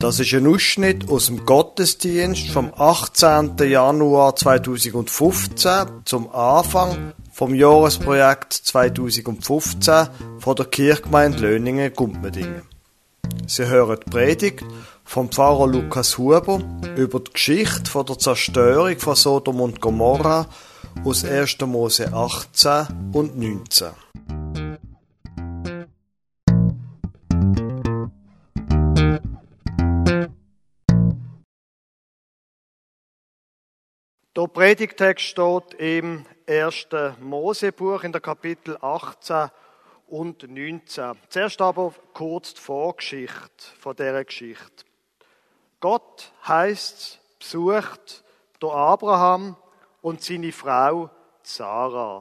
Das ist ein Ausschnitt aus dem Gottesdienst vom 18. Januar 2015 zum Anfang vom Jahresprojekt 2015 von der Kirchgemeinde Löningen-Gumpmedingen. Sie hören die Predigt vom Pfarrer Lukas Huber über die Geschichte von der Zerstörung von Sodom und Gomorra aus 1. Mose 18 und 19. Der Predigtext steht im 1. Mosebuch in der Kapitel 18 und 19. Zuerst aber kurz die Vorgeschichte von dieser Geschichte. Gott, heisst, besucht der Abraham und seine Frau Sarah.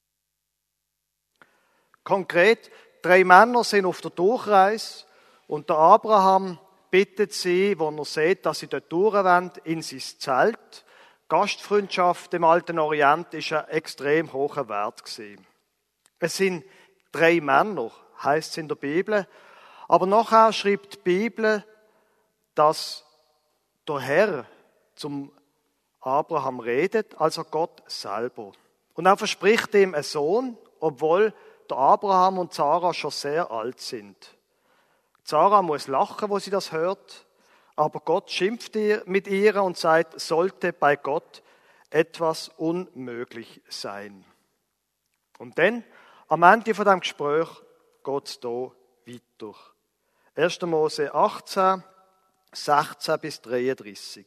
Konkret, 3 Männer sind auf der Durchreise und der Abraham bittet sie, wo er sieht, dass sie dort durch wollen, in sein Zelt. Gastfreundschaft im alten Orient ist ein extrem hoher Wert gewesen. Es sind 3 Männer, heisst es in der Bibel. Aber nachher schreibt die Bibel, dass der Herr zum Abraham redet, also Gott selber. Und er verspricht ihm einen Sohn, obwohl der Abraham und Sarah schon sehr alt sind. Sarah muss lachen, wo sie das hört. Aber Gott schimpft mit ihr und sagt, sollte bei Gott etwas unmöglich sein. Und dann, am Ende von dem Gespräch, geht es hier weiter. 1. Mose 18, 16 bis 33.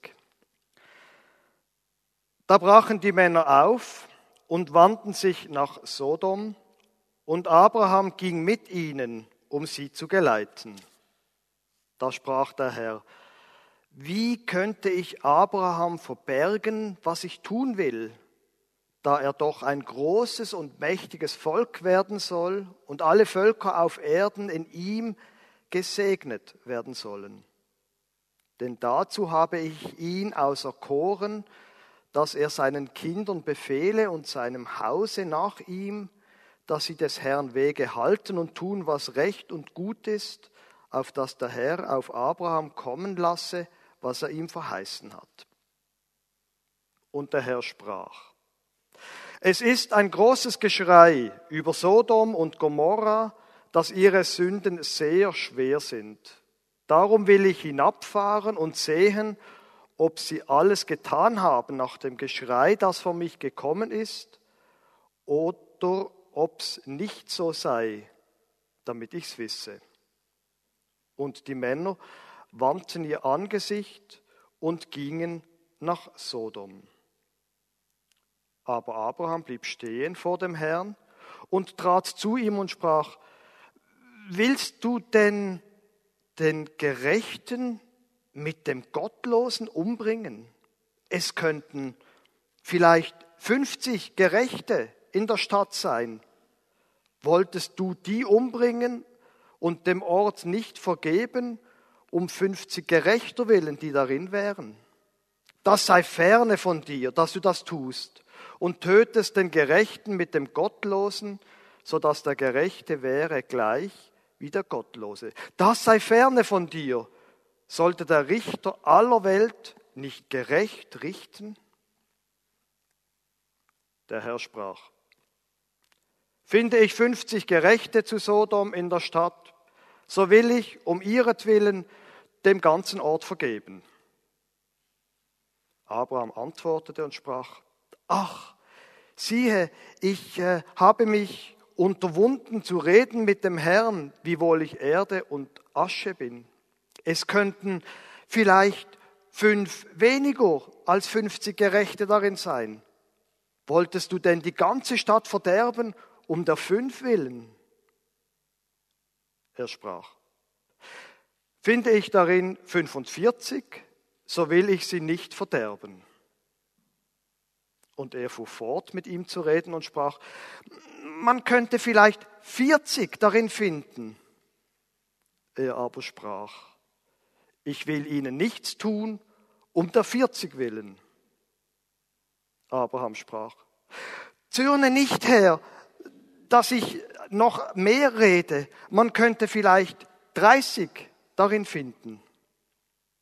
Da brachen die Männer auf und wandten sich nach Sodom, und Abraham ging mit ihnen, um sie zu geleiten. Da sprach der Herr: Wie könnte ich Abraham verbergen, was ich tun will, da er doch ein großes und mächtiges Volk werden soll und alle Völker auf Erden in ihm gesegnet werden sollen? Denn dazu habe ich ihn auserkoren, dass er seinen Kindern befehle und seinem Hause nach ihm, dass sie des Herrn Wege halten und tun, was recht und gut ist, auf dass der Herr auf Abraham kommen lasse, was er ihm verheißen hat. Und der Herr sprach: Es ist ein großes Geschrei über Sodom und Gomorra, dass ihre Sünden sehr schwer sind. Darum will ich hinabfahren und sehen, ob sie alles getan haben nach dem Geschrei, das von mich gekommen ist, oder ob's nicht so sei, damit ich's wisse. Und die Männer wandten ihr Angesicht und gingen nach Sodom. Aber Abraham blieb stehen vor dem Herrn und trat zu ihm und sprach: Willst du denn den Gerechten mit dem Gottlosen umbringen? Es könnten vielleicht 50 Gerechte in der Stadt sein. Wolltest du die umbringen und dem Ort nicht vergeben, um 50 Gerechter willen, die darin wären? Das sei ferne von dir, dass du das tust und tötest den Gerechten mit dem Gottlosen, so dass der Gerechte wäre gleich wie der Gottlose. Das sei ferne von dir. Sollte der Richter aller Welt nicht gerecht richten? Der Herr sprach: Finde ich 50 Gerechte zu Sodom in der Stadt, so will ich um ihretwillen dem ganzen Ort vergeben. Abraham antwortete und sprach: Ach, siehe, ich habe mich unterwunden zu reden mit dem Herrn, wiewohl ich Erde und Asche bin. Es könnten vielleicht 5 weniger als 50 Gerechte darin sein. Wolltest du denn die ganze Stadt verderben um der 5 willen? Er sprach: Finde ich darin 45, so will ich sie nicht verderben. Und er fuhr fort, mit ihm zu reden und sprach: Man könnte vielleicht 40 darin finden. Er aber sprach: Ich will ihnen nichts tun um der 40 willen. Abraham sprach: Zürne nicht, Herr, dass ich noch mehr rede. Man könnte vielleicht 30 darin finden.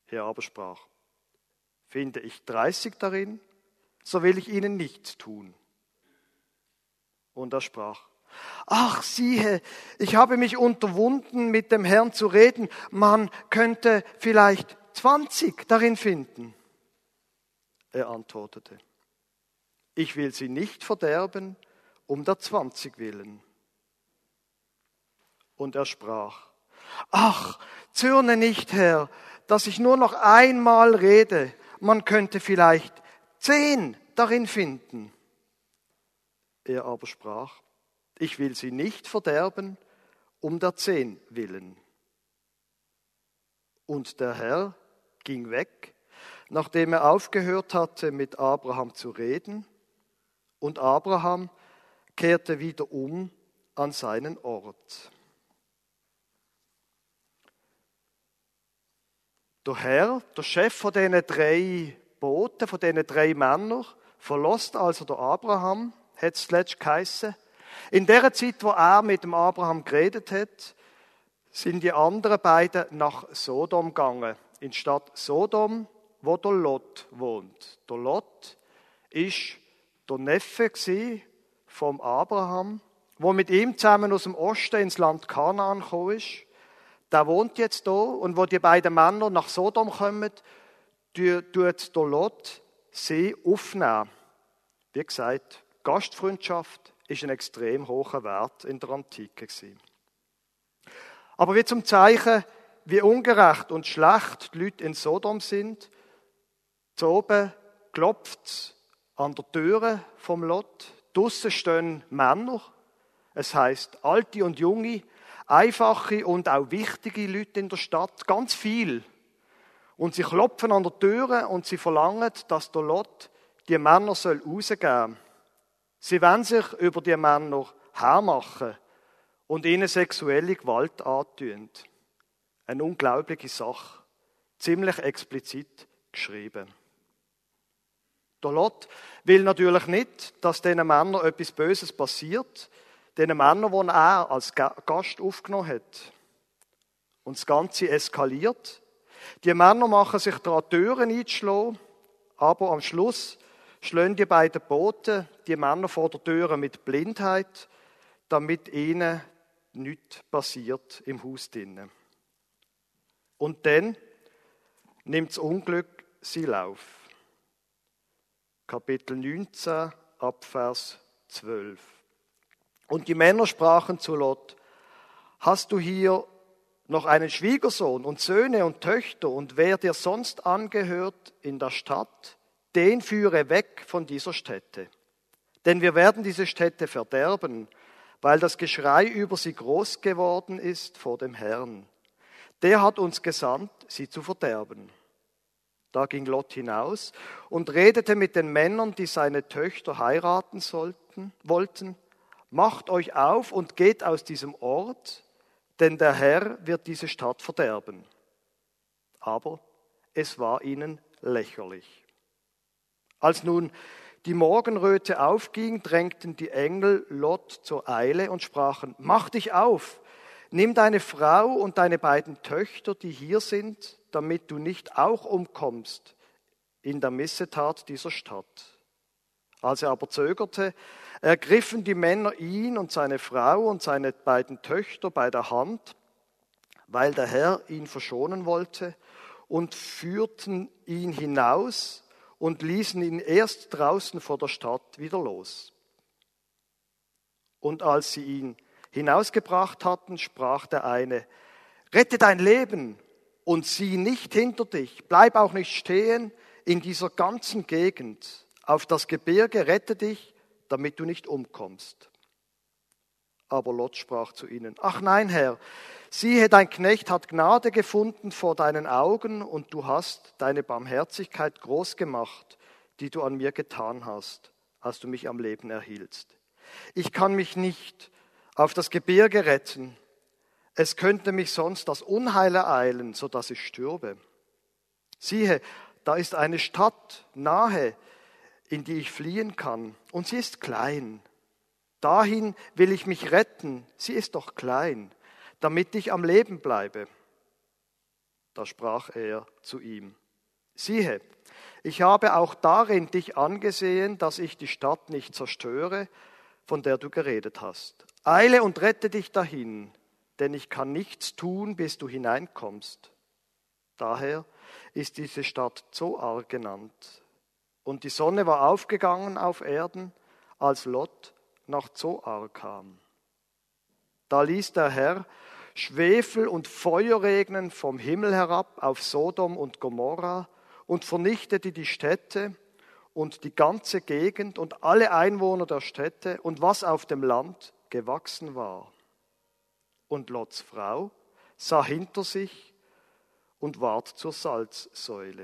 Er aber sprach: Finde ich 30 darin, so will ich ihnen nichts tun. Und er sprach: Ach, siehe, ich habe mich unterwunden, mit dem Herrn zu reden. Man könnte vielleicht 20 darin finden. Er antwortete: Ich will sie nicht verderben, um der 20 willen. Und er sprach: Ach, zürne nicht, Herr, dass ich nur noch einmal rede. Man könnte vielleicht 10 darin finden. Er aber sprach: Ich will sie nicht verderben, um der 10 willen. Und der Herr ging weg, nachdem er aufgehört hatte, mit Abraham zu reden, und Abraham kehrte wieder um an seinen Ort. Der Herr, der Chef von diesen 3 Booten, von diesen 3 Männern, verlässt also der Abraham, hat es zuletzt geheissen. In der Zeit, wo er mit dem Abraham geredet hat, sind die anderen beiden nach Sodom gegangen, in die Stadt Sodom, wo der Lot wohnt. Der Lot ist der Neffe vom Abraham, der mit ihm zusammen aus dem Osten ins Land Kanaan gekommen ist. Der wohnt jetzt da, und wo die beiden Männer nach Sodom kommen, tut der Lot sie aufnehmen. Wie gesagt, Gastfreundschaft ist ein extrem hoher Wert in der Antike gewesen. Aber wie zum Zeichen, wie ungerecht und schlecht die Leute in Sodom sind, zu oben klopft es an der Türe vom Lot. Draussen stehen Männer, es heisst alte und junge, einfache und auch wichtige Leute in der Stadt, ganz viel. Und sie klopfen an der Türe und sie verlangen, dass der Lot die Männer rausgeben soll. Sie wollen sich über die Männer hermachen und ihnen sexuelle Gewalt antun. Eine unglaubliche Sache, ziemlich explizit geschrieben. Der Lot will natürlich nicht, dass diesen Männern etwas Böses passiert, den Männern, die er als Gast aufgenommen hat. Und das Ganze eskaliert. Die Männer machen sich daran, Türen einzuschlagen, aber am Schluss schlagen die beiden Boten die Männer vor der Tür mit Blindheit, damit ihnen nichts passiert im Haus drinnen. Und dann nimmt das Unglück seinen Lauf. Kapitel 19, Abvers 12. Und die Männer sprachen zu Lot: Hast du hier noch einen Schwiegersohn und Söhne und Töchter, und wer dir sonst angehört in der Stadt, den führe weg von dieser Stätte. Denn wir werden diese Stätte verderben, weil das Geschrei über sie groß geworden ist vor dem Herrn. Der hat uns gesandt, sie zu verderben. Da ging Lot hinaus und redete mit den Männern, die seine Töchter heiraten wollten: Macht euch auf und geht aus diesem Ort, denn der Herr wird diese Stadt verderben. Aber es war ihnen lächerlich. Als nun die Morgenröte aufging, drängten die Engel Lot zur Eile und sprachen: Mach dich auf, nimm deine Frau und deine beiden Töchter, die hier sind, damit du nicht auch umkommst in der Missetat dieser Stadt. Als er aber zögerte, ergriffen die Männer ihn und seine Frau und seine beiden Töchter bei der Hand, weil der Herr ihn verschonen wollte, und führten ihn hinaus und ließen ihn erst draußen vor der Stadt wieder los. Und als sie ihn hinausgebracht hatten, sprach der eine: Rette dein Leben und sieh nicht hinter dich, bleib auch nicht stehen in dieser ganzen Gegend. Auf das Gebirge rette dich, damit du nicht umkommst. Aber Lot sprach zu ihnen: Ach nein, Herr, siehe, dein Knecht hat Gnade gefunden vor deinen Augen, und du hast deine Barmherzigkeit groß gemacht, die du an mir getan hast, als du mich am Leben erhieltst. Ich kann mich nicht auf das Gebirge retten. Es könnte mich sonst das Unheil ereilen, so dass ich stürbe. Siehe, da ist eine Stadt nahe, in die ich fliehen kann, und sie ist klein. Dahin will ich mich retten, sie ist doch klein, damit ich am Leben bleibe. Da sprach er zu ihm: Siehe, ich habe auch darin dich angesehen, dass ich die Stadt nicht zerstöre, von der du geredet hast. Eile und rette dich dahin, denn ich kann nichts tun, bis du hineinkommst. Daher ist diese Stadt Zoar genannt. Und die Sonne war aufgegangen auf Erden, als Lot nach Zoar kam. Da ließ der Herr Schwefel und Feuer regnen vom Himmel herab auf Sodom und Gomorra und vernichtete die Städte und die ganze Gegend und alle Einwohner der Städte und was auf dem Land gewachsen war. Und Lots Frau sah hinter sich und ward zur Salzsäule.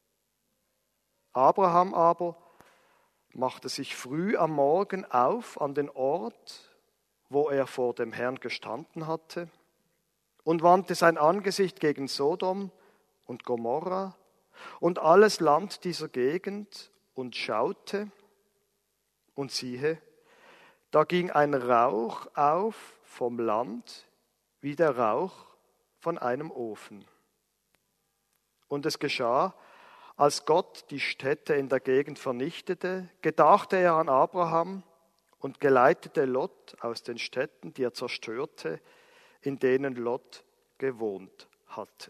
Abraham aber machte sich früh am Morgen auf an den Ort, wo er vor dem Herrn gestanden hatte, und wandte sein Angesicht gegen Sodom und Gomorra und alles Land dieser Gegend und schaute, und siehe, da ging ein Rauch auf vom Land wie der Rauch von einem Ofen. Und es geschah, als Gott die Städte in der Gegend vernichtete, gedachte er an Abraham und geleitete Lot aus den Städten, die er zerstörte, in denen Lot gewohnt hatte.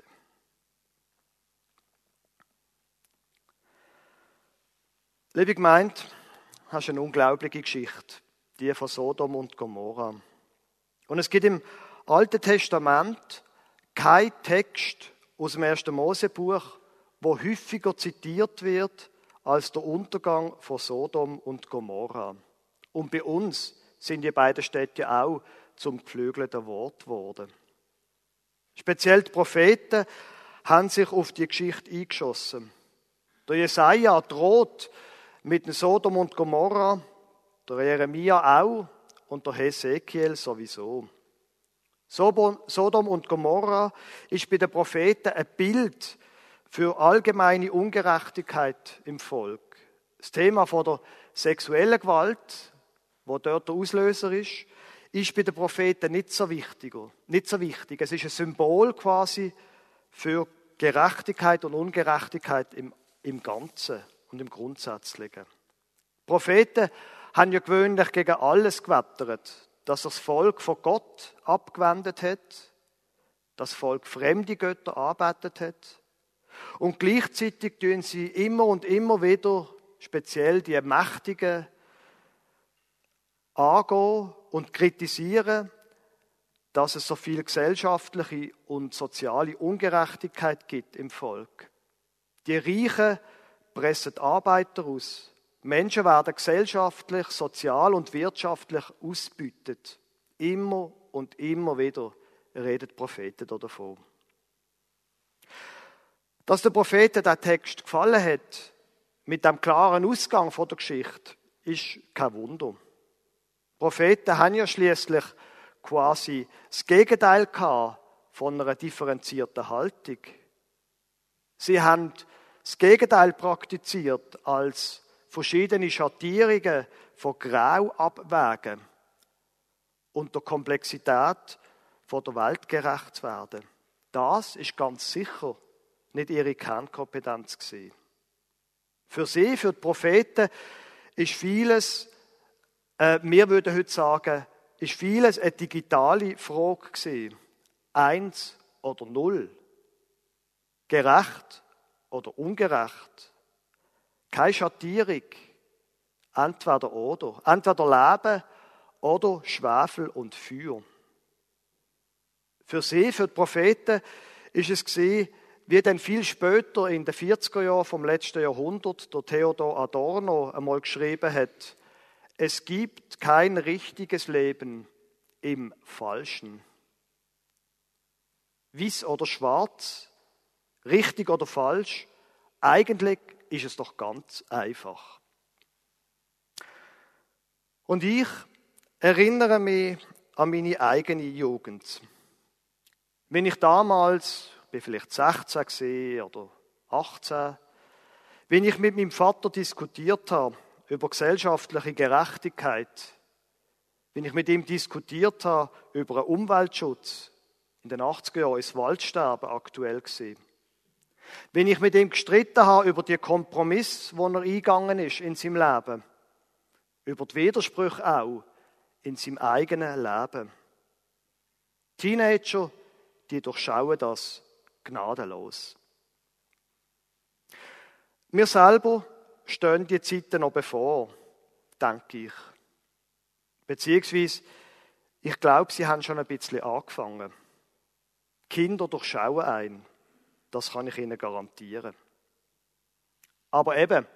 Liebe Gemeinde, hast eine unglaubliche Geschichte, die von Sodom und Gomorra. Und es gibt im Alten Testament keinen Text aus dem 1. Mosebuch, wo häufiger zitiert wird als der Untergang von Sodom und Gomorra. Und bei uns sind die beiden Städte auch zum geflügelten Wort geworden. Speziell die Propheten haben sich auf die Geschichte eingeschossen. Der Jesaja droht mit dem Sodom und Gomorra, der Jeremia auch und der Hesekiel sowieso. Sodom und Gomorra ist bei den Propheten ein Bild für allgemeine Ungerechtigkeit im Volk. Das Thema von der sexuellen Gewalt, wo dort der Auslöser ist bei den Propheten nicht so wichtig. Es ist ein Symbol quasi für Gerechtigkeit und Ungerechtigkeit im Ganzen und im Grundsätzlichen. Die Propheten haben ja gewöhnlich gegen alles gewettert, dass das Volk von Gott abgewendet hat, das Volk fremde Götter arbeitet hat. Und gleichzeitig tun sie immer und immer wieder speziell die Mächtigen angehen und kritisieren, dass es so viel gesellschaftliche und soziale Ungerechtigkeit gibt im Volk. Die Reichen pressen Arbeiter aus. Menschen werden gesellschaftlich, sozial und wirtschaftlich ausgebeutet. Immer und immer wieder reden die Propheten davon. Dass den Propheten der Text gefallen hat, mit dem klaren Ausgang von der Geschichte, ist kein Wunder. Die Propheten haben ja schließlich quasi das Gegenteil gehabt von einer differenzierten Haltung. Sie haben das Gegenteil praktiziert als verschiedene Schattierungen von Grau abwägen und der Komplexität von der Welt gerecht zu werden. Das ist ganz sicher nicht ihre Kernkompetenz gewesen. Für sie, für die Propheten, ist vieles, wir würden heute sagen, ist vieles eine digitale Frage gewesen. 1 oder 0. Gerecht oder ungerecht. Keine Schattierung. Entweder oder. Entweder Leben oder Schwefel und Feuer. Für sie, für die Propheten, ist es gewesen, wie dann viel später in den 40er Jahren vom letzten Jahrhundert der Theodor Adorno einmal geschrieben hat: Es gibt kein richtiges Leben im Falschen. Weiß oder schwarz, richtig oder falsch, eigentlich ist es doch ganz einfach. Und ich erinnere mich an meine eigene Jugend. Wenn ich damals, ich bin vielleicht 16 gewesen oder 18, wenn ich mit meinem Vater diskutiert habe über gesellschaftliche Gerechtigkeit, wenn ich mit ihm diskutiert habe über einen Umweltschutz, in den 80er Jahren ist Waldsterben aktuell gewesen, Wenn ich mit ihm gestritten habe über die Kompromiss, wo er eingegangen ist in seinem Leben, über die Widersprüche auch in seinem eigenen Leben. Teenager, die durchschauen das gnadenlos. Mir selber stehen die Zeiten noch bevor, denke ich. Beziehungsweise, ich glaube, sie haben schon ein bisschen angefangen. Kinder durchschauen einen. Das kann ich Ihnen garantieren. Aber eben,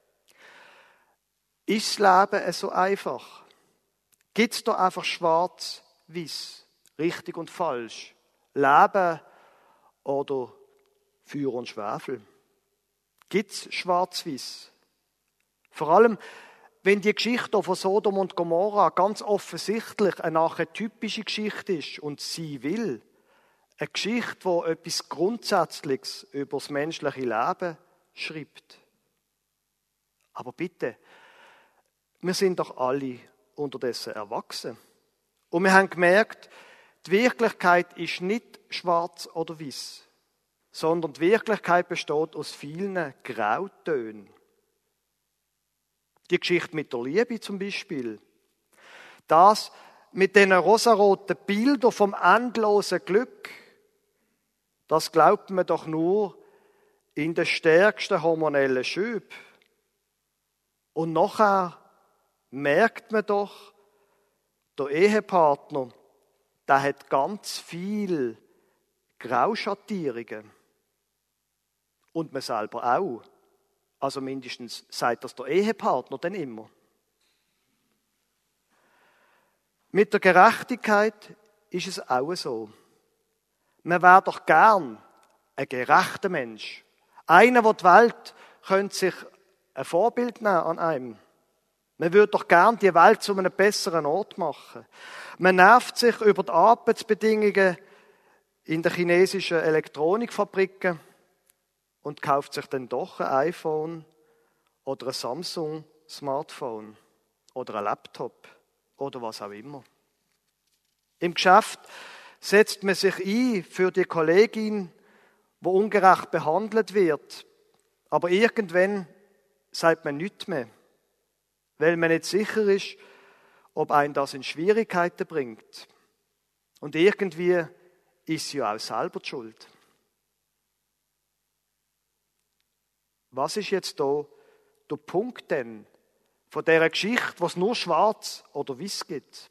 ist das Leben so einfach? Gibt es da einfach schwarz-weiß, richtig und falsch? Leben oder Feuer und Schwefel? Gibt es schwarz-weiß? Vor allem, wenn die Geschichte von Sodom und Gomorra ganz offensichtlich eine archetypische Geschichte ist und sie will, eine Geschichte, die etwas Grundsätzliches über das menschliche Leben schreibt. Aber bitte, wir sind doch alle unterdessen erwachsen. Und wir haben gemerkt, die Wirklichkeit ist nicht schwarz oder weiß, sondern die Wirklichkeit besteht aus vielen Grautönen. Die Geschichte mit der Liebe zum Beispiel. Das mit den rosaroten Bildern vom endlosen Glück, das glaubt man doch nur in den stärksten hormonellen Schüben. Und nachher merkt man doch, der Ehepartner, der hat ganz viel Grauschattierungen. Und man selber auch. Also mindestens sagt das der Ehepartner dann immer. Mit der Gerechtigkeit ist es auch so. Man wäre doch gern ein gerechter Mensch. Einer, der die Welt könnte sich ein Vorbild nehmen an einem. Man würde doch gern die Welt zu einem besseren Ort machen. Man nervt sich über die Arbeitsbedingungen in den chinesischen Elektronikfabriken und kauft sich dann doch ein iPhone oder ein Samsung-Smartphone oder ein Laptop oder was auch immer. Im Geschäft setzt man sich ein für die Kollegin, die ungerecht behandelt wird. Aber irgendwann sagt man nichts mehr, weil man nicht sicher ist, ob einen das in Schwierigkeiten bringt. Und irgendwie ist sie ja auch selber die Schuld. Was ist jetzt da der Punkt denn von dieser Geschichte, wo es nur schwarz oder weiß gibt?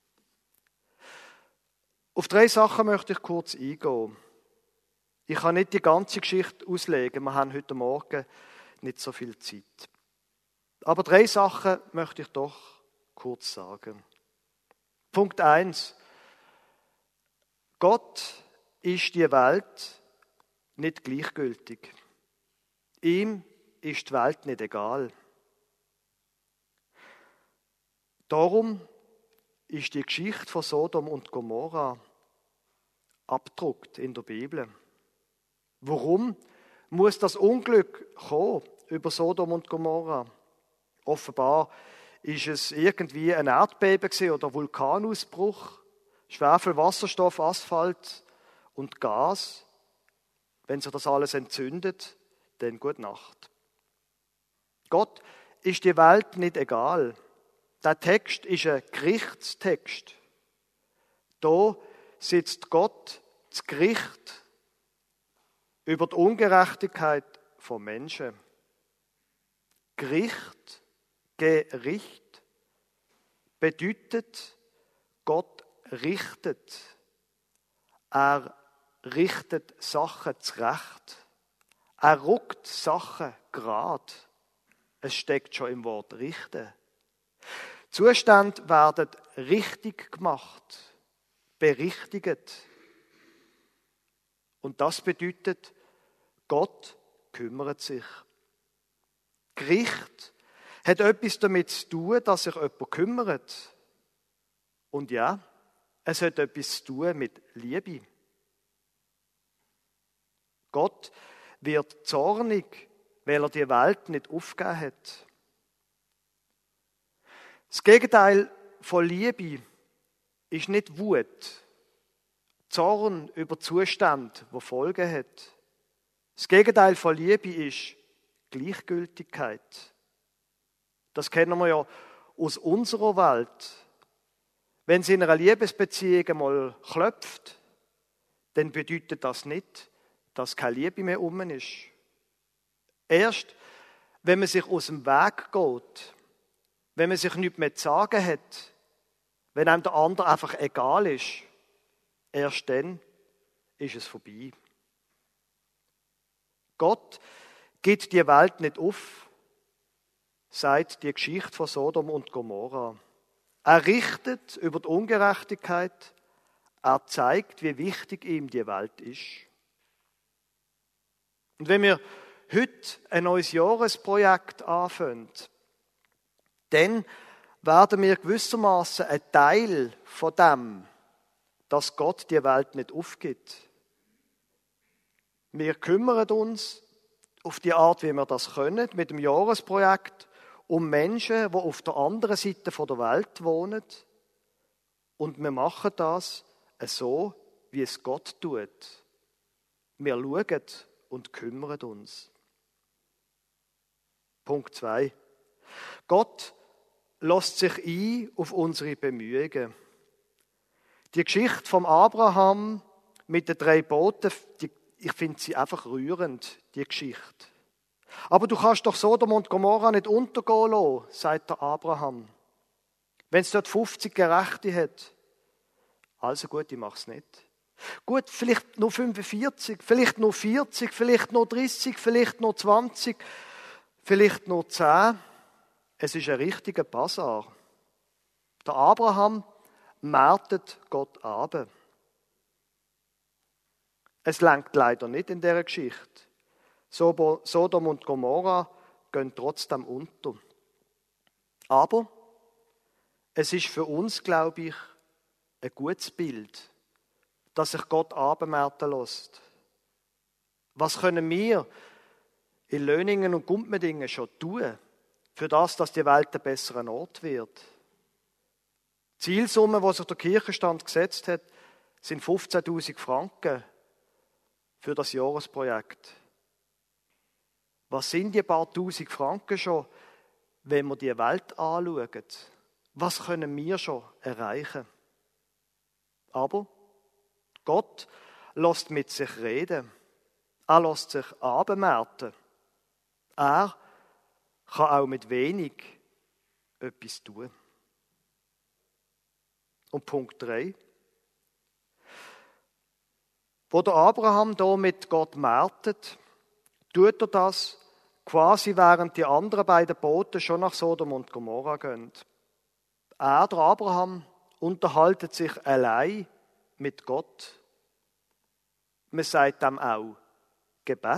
Auf 3 Sachen möchte ich kurz eingehen. Ich kann nicht die ganze Geschichte auslegen, wir haben heute Morgen nicht so viel Zeit. Aber 3 Sachen möchte ich doch kurz sagen. Punkt 1. Gott ist die Welt nicht gleichgültig. Ihm ist die Welt nicht egal. Darum ist die Geschichte von Sodom und Gomorra abgedruckt in der Bibel. Warum muss das Unglück kommen über Sodom und Gomorra? Offenbar ist es irgendwie ein Erdbeben gewesen oder Vulkanausbruch, Schwefel, Wasserstoff, Asphalt und Gas. Wenn sich das alles entzündet, dann gute Nacht. Gott ist die Welt nicht egal. Der Text ist ein Gerichtstext. Da sitzt Gott zu Gericht über die Ungerechtigkeit von Menschen. Gericht, Gericht bedeutet, Gott richtet. Er richtet Sachen zurecht. Er rückt Sachen gerad. Es steckt schon im Wort richten. Zustände werden richtig gemacht, berichtigt. Und das bedeutet, Gott kümmert sich. Gericht hat etwas damit zu tun, dass sich jemand kümmert. Und ja, es hat etwas zu tun mit Liebe. Gott wird zornig, weil er die Welt nicht aufgegeben hat. Das Gegenteil von Liebe ist nicht Wut, Zorn über Zustände, die Folgen hat. Das Gegenteil von Liebe ist Gleichgültigkeit. Das kennen wir ja aus unserer Welt. Wenn es in einer Liebesbeziehung einmal klopft, dann bedeutet das nicht, dass keine Liebe mehr ist. Erst, wenn man sich aus dem Weg geht, wenn man sich nichts mehr zu sagen hat, wenn einem der andere einfach egal ist, erst dann ist es vorbei. Gott gibt die Welt nicht auf, sagt die Geschichte von Sodom und Gomorra. Er richtet über die Ungerechtigkeit, er zeigt, wie wichtig ihm die Welt ist. Und wenn wir heute ein neues Jahresprojekt anfangen, dann werden wir gewissermaßen ein Teil von dem, dass Gott die Welt nicht aufgibt. Wir kümmern uns auf die Art, wie wir das können, mit dem Jahresprojekt um Menschen, die auf der anderen Seite der Welt wohnen. Und wir machen das so, wie es Gott tut. Wir schauen und kümmern uns. Punkt 2. Gott lässt sich ein auf unsere Bemühungen. Die Geschichte vom Abraham mit den 3 Booten, ich finde sie einfach rührend, die Geschichte. Aber du kannst doch Sodom und Gomorra nicht untergehen lassen, sagt der Abraham. Wenn es dort 50 Gerechte hat. Also gut, ich mache es nicht. Gut, vielleicht nur 45, vielleicht nur 40, vielleicht nur 30, vielleicht nur 20, vielleicht nur 10. Es ist ein richtiger Basar. Der Abraham märtet Gott ab. Es langt leider nicht in dieser Geschichte. Sodom und Gomorra gehen trotzdem unter. Aber es ist für uns, glaube ich, ein gutes Bild, dass sich Gott abmärten lässt. Was können wir in Löningen und Gumpmedingen schon tun, für das, dass die Welt ein besserer Ort wird? Die Zielsumme, die sich der Kirchenstand gesetzt hat, sind 15.000 Franken für das Jahresprojekt. Was sind die paar tausend Franken schon, wenn wir die Welt anschauen? Was können wir schon erreichen? Aber Gott lässt mit sich reden. Er lässt sich abmärten. Er kann auch mit wenig etwas tun. Und Punkt 3. Wo der Abraham da mit Gott märtet, tut er das quasi während die anderen beiden Boote schon nach Sodom und Gomorra gehen. Er, der Abraham, unterhaltet sich allein mit Gott. Man sagt dem auch Gebet.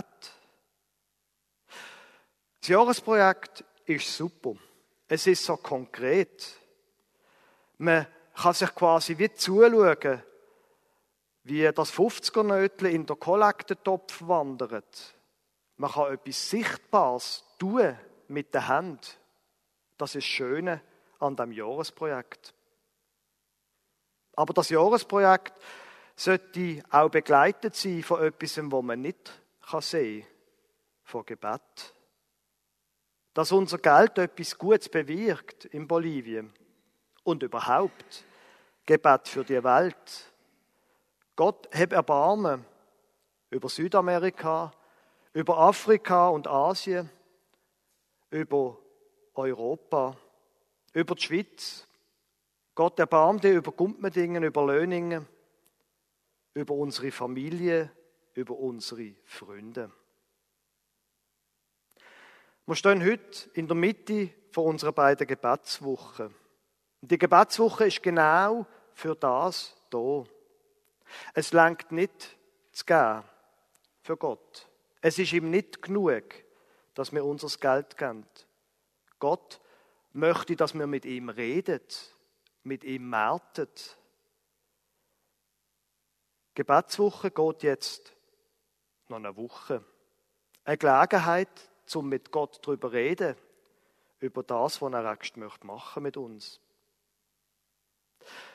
Das Jahresprojekt ist super. Es ist so konkret. Man kann sich quasi wie zuschauen, wie das 50er-Nötchen in den Kollektentopf wandert. Man kann etwas Sichtbares tun mit der Hand. Das ist das Schöne an diesem Jahresprojekt. Aber das Jahresprojekt sollte auch begleitet sein von etwas, was man nicht sehen kann, von Gebet. Dass unser Geld etwas Gutes bewirkt in Bolivien und überhaupt Gebet für die Welt. Gott hab Erbarmen über Südamerika, über Afrika und Asien, über Europa, über die Schweiz. Gott erbarm dich über Gumpmedingen, über Löningen, über unsere Familie, über unsere Freunde. Wir stehen heute in der Mitte von unserer beiden Gebetswochen. Und die Gebetswoche ist genau für das da. Es reicht nicht zu geben für Gott. Es ist ihm nicht genug, dass wir unser Geld geben. Gott möchte, dass wir mit ihm reden, mit ihm märten. Die Gebetswoche geht jetzt noch eine Woche. Eine Gelegenheit, um mit Gott darüber zu reden, über das, was er machen möchte mit uns.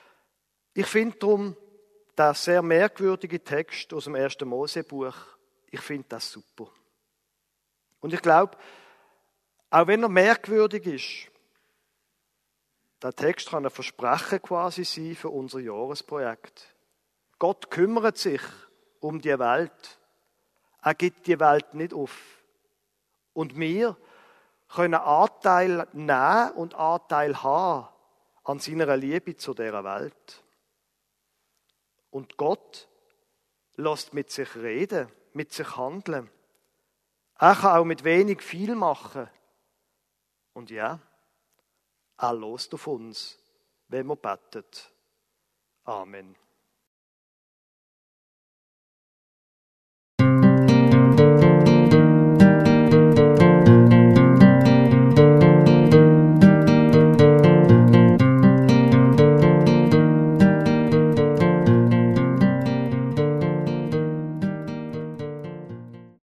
Ich finde darum, der sehr merkwürdige Text aus dem 1. Mosebuch Ich finde das super. Und ich glaube, auch wenn er merkwürdig ist, der Text kann ein Versprechen quasi sein für unser Jahresprojekt. Gott kümmert sich um die Welt. Er gibt die Welt nicht auf. Und wir können Anteil nehmen und Anteil haben an seiner Liebe zu dieser Welt. Und Gott lässt mit sich reden, mit sich handeln. Er kann auch mit wenig viel machen. Und ja, er lässt auf uns, wenn wir beten. Amen.